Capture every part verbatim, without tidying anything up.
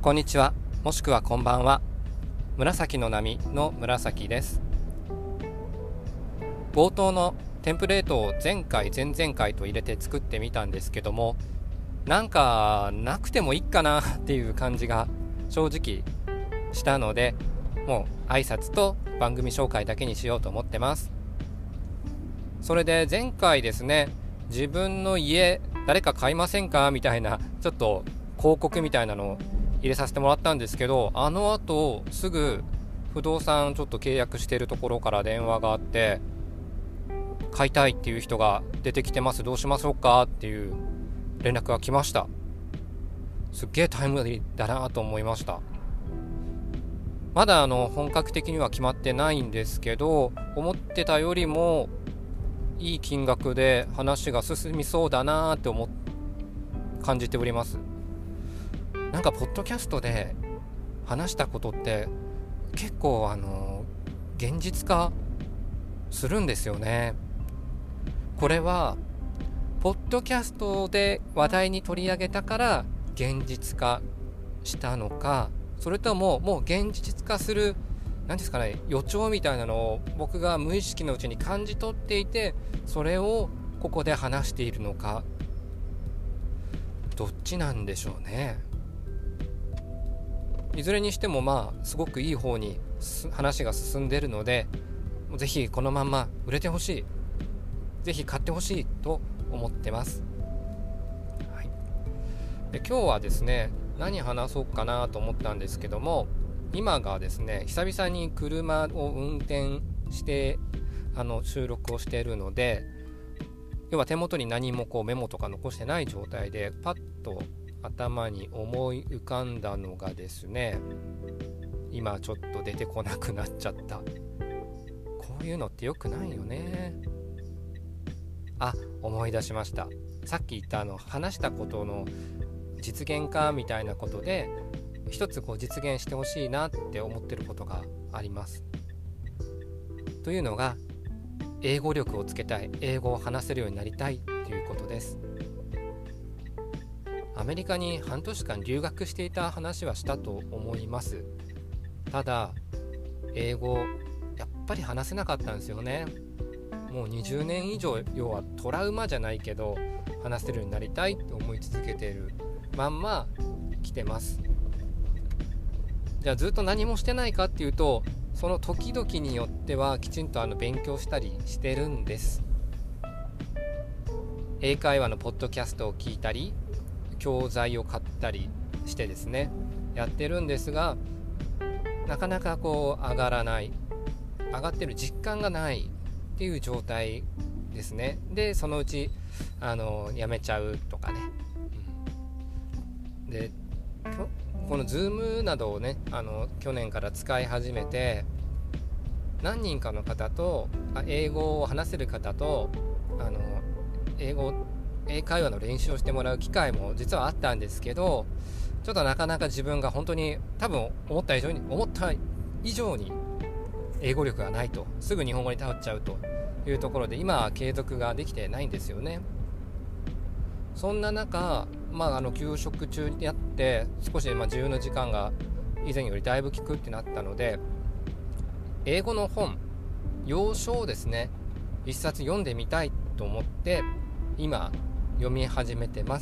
こんにちは、もしくはこんばんは。紫の波の紫です。冒頭のテンプレートを前回前々回と入れて作ってみたんですけども、なんかなくてもいいかなっていう感じが正直したので、もう挨拶と番組紹介だけにしようと思ってます。それで前回ですね、自分の家誰か買いませんかみたいなちょっと広告みたいなのを入れさせてもらったんですけど、あの後すぐ不動産ちょっと契約しているところから電話があって、買いたいっていう人が出てきてます、どうしましょうかっていう連絡が来ました。すっげえタイムリーだなと思いました。まだあの本格的には決まってないんですけど、思ってたよりもいい金額で話が進みそうだなって思っ感じております。なんかポッドキャストで話したことって結構あの現実化するんですよね。これはポッドキャストで話題に取り上げたから現実化したのか、それとももう現実化する何ですかね、予兆みたいなのを僕が無意識のうちに感じ取っていて、それをここで話しているのか、どっちなんでしょうね。いずれにしてもまあすごくいい方に話が進んでいるので、ぜひこのまんま売れてほしい、ぜひ買ってほしいと思ってます、はい、で今日はですね、何話そうかなと思ったんですけども、今がですね、久々に車を運転してあの収録をしているので、要は手元に何もこうメモとか残してない状態で、パッと頭に思い浮かんだのがですね、今ちょっと出てこなくなっちゃった。こういうのって良くないよね。あ、思い出しました。さっき言ったあの話したことの実現化みたいなことで、一つこう実現してほしいなって思ってることがあります。というのが、英語力をつけたい、英語を話せるようになりたいということです。アメリカに半年間留学していた話はしたと思います。ただ英語やっぱり話せなかったんですよね。もうにじゅうねん以上、要はトラウマじゃないけど話せるようになりたいと思い続けているまんま来てます。じゃあずっと何もしてないかっていうと、その時々によってはきちんとあの勉強したりしてるんです。英会話のポッドキャストを聞いたり、教材を買ったりしてですね、やってるんですが、なかなかこう上がらない、上がってる実感がないっていう状態ですね。でそのうちあのやめちゃうとかね、うん、でこの Zoom などをね、あの去年から使い始めて、何人かの方と英語を話せる方とあの英語英会話の練習をしてもらう機会も実はあったんですけど、ちょっとなかなか自分が本当に多分思った以上に思った以上に英語力がないと、すぐ日本語に頼っちゃうというところで、今は継続ができてないんですよね。そんな中、まあ、あの休職中にあって少しまあ自由の時間が以前よりだいぶ効くってなったので、英語の本、要書をですね一冊読んでみたいと思って今読み始めてます。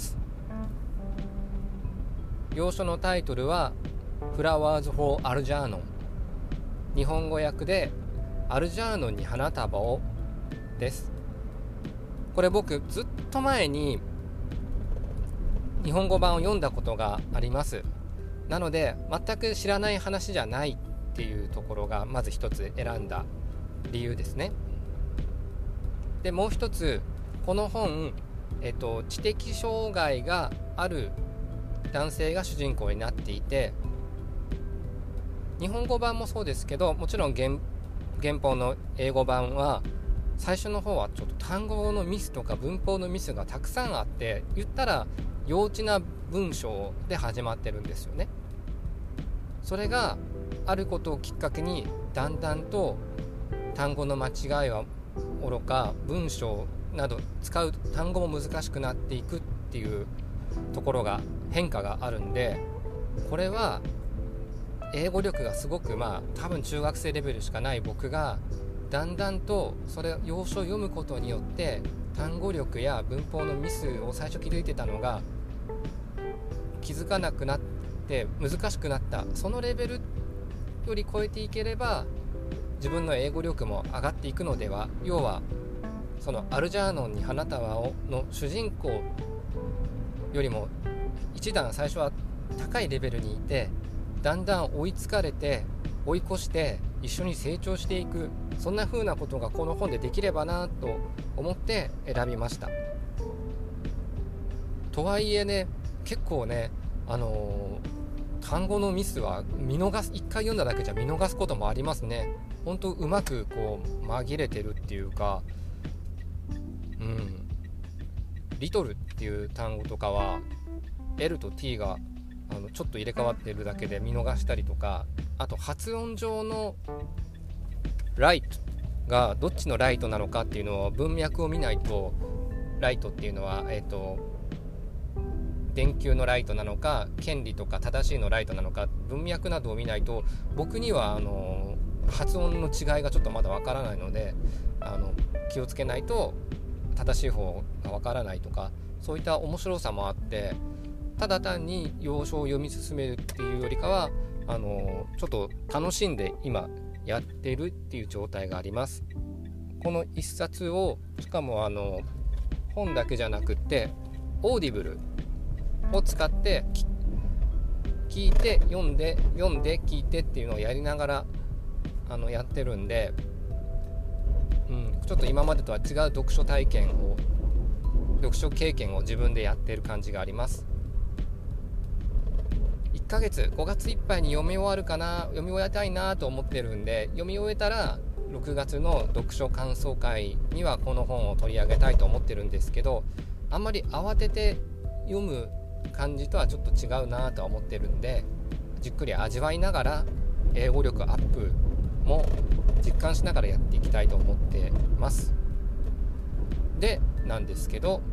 要書のタイトルは Flowers for Algernon、 日本語訳でアルジャーノンに花束をです。これ僕ずっと前に日本語版を読んだことがあります。なので全く知らない話じゃないっていうところがまず一つ選んだ理由ですね。でもう一つ、この本、えっと、知的障害がある男性が主人公になっていて、日本語版もそうですけど、もちろん 原, 原本の英語版は最初の方はちょっと単語のミスとか文法のミスがたくさんあって、言ったら幼稚な文章で始まってるんですよね。それがあることをきっかけにだんだんと単語の間違いはおろか、文章など使う単語も難しくなっていくっていうところが変化があるんで、 これは英語力がすごくまあ多分中学生レベルしかない僕がだんだんとそれ要所を読むことによって単語力や文法のミスを最初気づいてたのが気づかなくなって難しくなった。そのレベルより超えていければ自分の英語力も上がっていくのでは。要はそのアルジャーノンに花束をの主人公よりも一段最初は高いレベルにいて、だんだん追いつかれて追い越して一緒に成長していく、そんな風なことがこの本でできればなと思って選びました。とはいえね、結構ね、あのー、単語のミスは見逃す、一回読んだだけじゃ見逃すこともありますね。本当うまくこう紛れてるっていうか、うんリトルっていう単語とかは L と T があのちょっと入れ替わってるだけで見逃したりとか、あと発音上のライトがどっちのライトなのかっていうのを文脈を見ないと、ライトっていうのは、えーと、電球のライトなのか権利とか正しいのライトなのか、文脈などを見ないと僕にはあの発音の違いがちょっとまだわからないので、あの気をつけないと正しい方がわからないとか、そういった面白さもあって、ただ単に要所を読み進めるっていうよりかはあのちょっと楽しんで今やってるっていう状態があります。この一冊をしかもあの本だけじゃなくってオーディブルを使って聞いて読んで読んで聞いてっていうのをやりながらあのやってるんで、うん、ちょっと今までとは違う読書体験を読書経験を自分でやってる感じがあります。いっかげつごがついっぱいに読み終わるかな、読み終えたいなと思ってるんで、読み終えたらろくがつの読書感想会にはこの本を取り上げたいと思ってるんですけど、あんまり慌てて読む感じとはちょっと違うなとは思ってるんで、じっくり味わいながら英語力アップも実感しながらやっていきたいと思ってます。でなんですけど、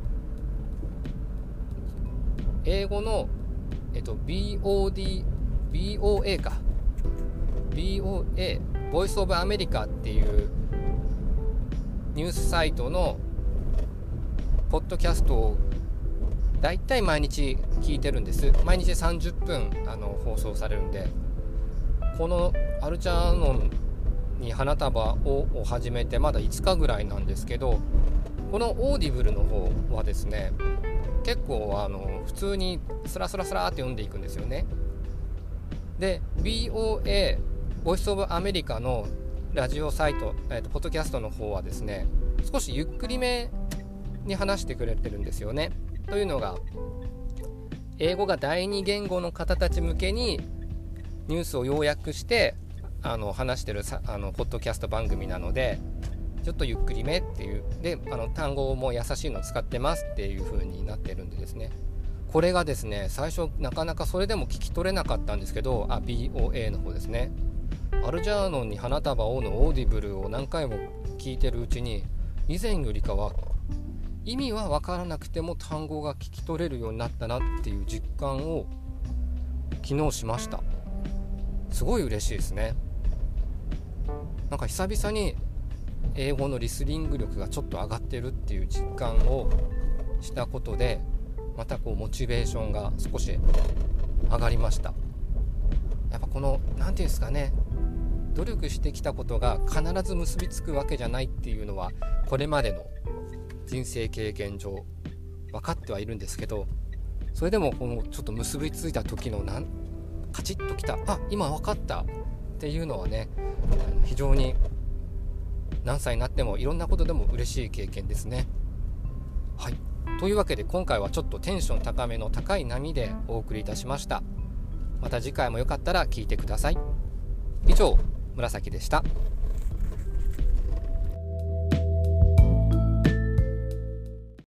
英語のえっと ビーオーディー ビーオーエー か ビーオーエー ボイスオブアメリカっていうニュースサイトのポッドキャストをだいたい毎日聞いてるんです。毎日さんじゅっぷんあの放送されるんで、このアルジャーノンに花束を始めてまだいつかぐらいなんですけど、このオーディブルの方はですね、結構あの普通にスラスラスラって読んでいくんですよね。で ビーオーエー ボイスオブアメリカのラジオサイト、えーと、ポッドキャストの方はですね、少しゆっくりめに話してくれてるんですよね。というのが、英語が第二言語の方たち向けにニュースを要約してあの話してるさあのポッドキャスト番組なので、ちょっとゆっくりめっていうで、あの単語も優しいの使ってますっていう風になってるんでですね、これがですね、最初なかなかそれでも聞き取れなかったんですけど、あ ビーオーエー の方ですね、アルジャーノンに花束をのオーディブルを何回も聞いてるうちに、以前よりかは意味は分からなくても単語が聞き取れるようになったなっていう実感を昨日しました。すごい嬉しいですね。なんか久々に英語のリスニング力がちょっと上がってるっていう実感をしたことで、またこうモチベーションが少し上がりました。やっぱこのなんていうんですかね、努力してきたことが必ず結びつくわけじゃないっていうのはこれまでの人生経験上分かってはいるんですけど、それでもこのちょっと結びついた時のなんカチッときた、あ今分かったっていうのはね、非常に何歳になってもいろんなことでも嬉しい経験ですね。はい、というわけで今回はちょっとテンション高めの高い波でお送りいたしました。また次回もよかったら聞いてください。以上、紫でした。